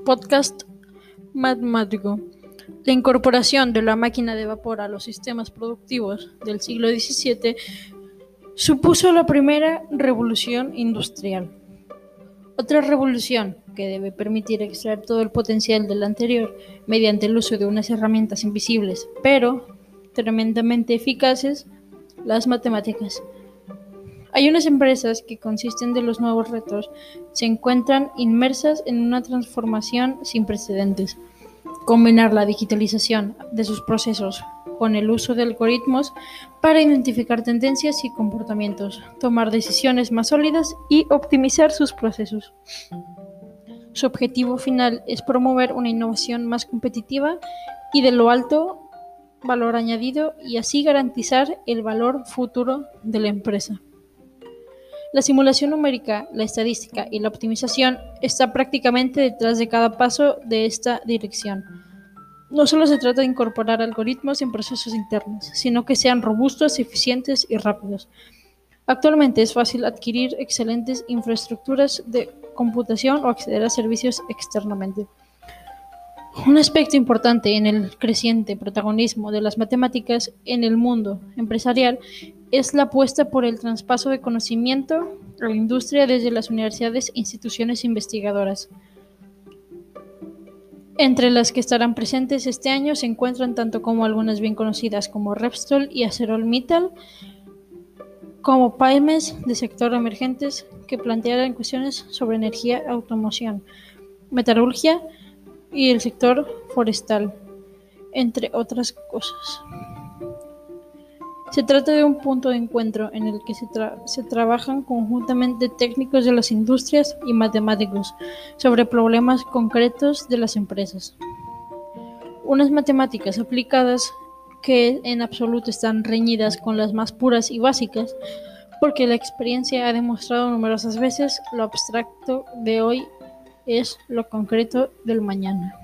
Podcast matemático. La incorporación de la máquina de vapor a los sistemas productivos del siglo XVII supuso la primera revolución industrial. Otra revolución que debe permitir extraer todo el potencial de la anterior mediante el uso de unas herramientas invisibles, pero tremendamente eficaces, las matemáticas. Hay unas empresas que, conscientes de los nuevos retos, se encuentran inmersas en una transformación sin precedentes. Combinar la digitalización de sus procesos con el uso de algoritmos para identificar tendencias y comportamientos, tomar decisiones más sólidas y optimizar sus procesos. Su objetivo final es promover una innovación más competitiva y de lo alto valor añadido y así garantizar el valor futuro de la empresa. La simulación numérica, la estadística y la optimización está prácticamente detrás de cada paso de esta dirección. No solo se trata de incorporar algoritmos en procesos internos, sino que sean robustos, eficientes y rápidos. Actualmente es fácil adquirir excelentes infraestructuras de computación o acceder a servicios externamente. Un aspecto importante en el creciente protagonismo de las matemáticas en el mundo empresarial es la apuesta por el traspaso de conocimiento a la industria desde las universidades e instituciones investigadoras. Entre las que estarán presentes este año se encuentran tanto como algunas bien conocidas como Repsol y ArcelorMittal, como pymes de sector emergentes que plantearán cuestiones sobre energía, automoción, metalurgia y el sector forestal, entre otras cosas. Se trata de un punto de encuentro en el que se trabajan conjuntamente técnicos de las industrias y matemáticos sobre problemas concretos de las empresas. Unas matemáticas aplicadas que en absoluto están reñidas con las más puras y básicas, porque la experiencia ha demostrado numerosas veces lo abstracto de hoy es lo concreto del mañana.